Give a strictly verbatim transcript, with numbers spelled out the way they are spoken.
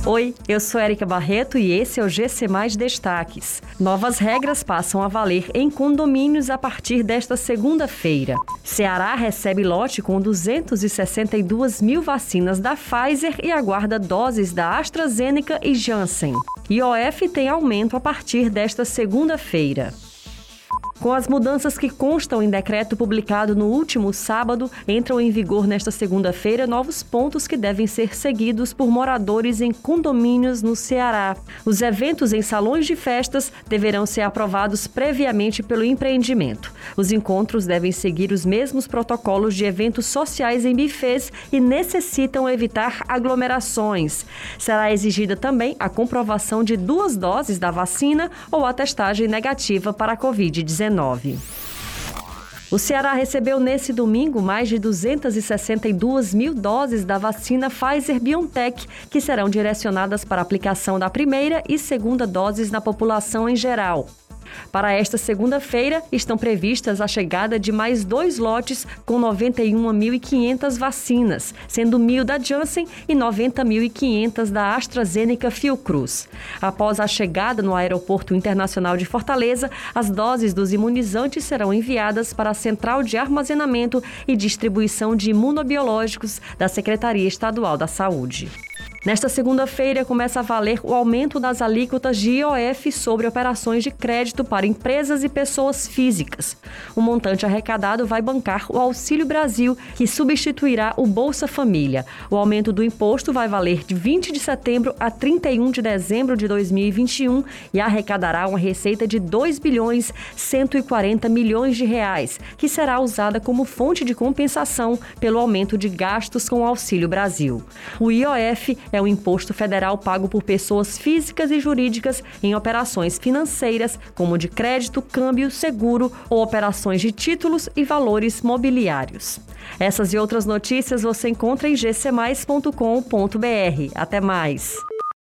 Oi, eu sou Érica Barreto e esse é o G C Mais Destaques. Novas regras passam a valer em condomínios a partir desta segunda-feira. Ceará recebe lote com duzentas e sessenta e duas mil vacinas da Pfizer e aguarda doses da AstraZeneca e Janssen. I O F tem aumento a partir desta segunda-feira. Com as mudanças que constam em decreto publicado no último sábado, entram em vigor nesta segunda-feira novos pontos que devem ser seguidos por moradores em condomínios no Ceará. Os eventos em salões de festas deverão ser aprovados previamente pelo empreendimento. Os encontros devem seguir os mesmos protocolos de eventos sociais em bufês e necessitam evitar aglomerações. Será exigida também a comprovação de duas doses da vacina ou a testagem negativa para a covid dezenove. O Ceará recebeu nesse domingo mais de duzentas e sessenta e duas mil doses da vacina Pfizer-BioNTech, que serão direcionadas para a aplicação da primeira e segunda doses na população em geral. Para esta segunda-feira, estão previstas a chegada de mais dois lotes com noventa e uma mil e quinhentas vacinas, sendo mil da Janssen e noventa mil e quinhentas da AstraZeneca Fiocruz. Após a chegada no Aeroporto Internacional de Fortaleza, as doses dos imunizantes serão enviadas para a Central de Armazenamento e Distribuição de Imunobiológicos da Secretaria Estadual da Saúde. Nesta segunda-feira, começa a valer o aumento das alíquotas de I O F sobre operações de crédito para empresas e pessoas físicas. O montante arrecadado vai bancar o Auxílio Brasil, que substituirá o Bolsa Família. O aumento do imposto vai valer de vinte de setembro a trinta e um de dezembro de dois mil e vinte e um e arrecadará uma receita de dois bilhões cento e quarenta milhões de reais, que será usada como fonte de compensação pelo aumento de gastos com o Auxílio Brasil. O I O F é o imposto federal pago por pessoas físicas e jurídicas em operações financeiras, como de crédito, câmbio, seguro ou operações de títulos e valores mobiliários. Essas e outras notícias você encontra em g c mais ponto com ponto b r. Até mais!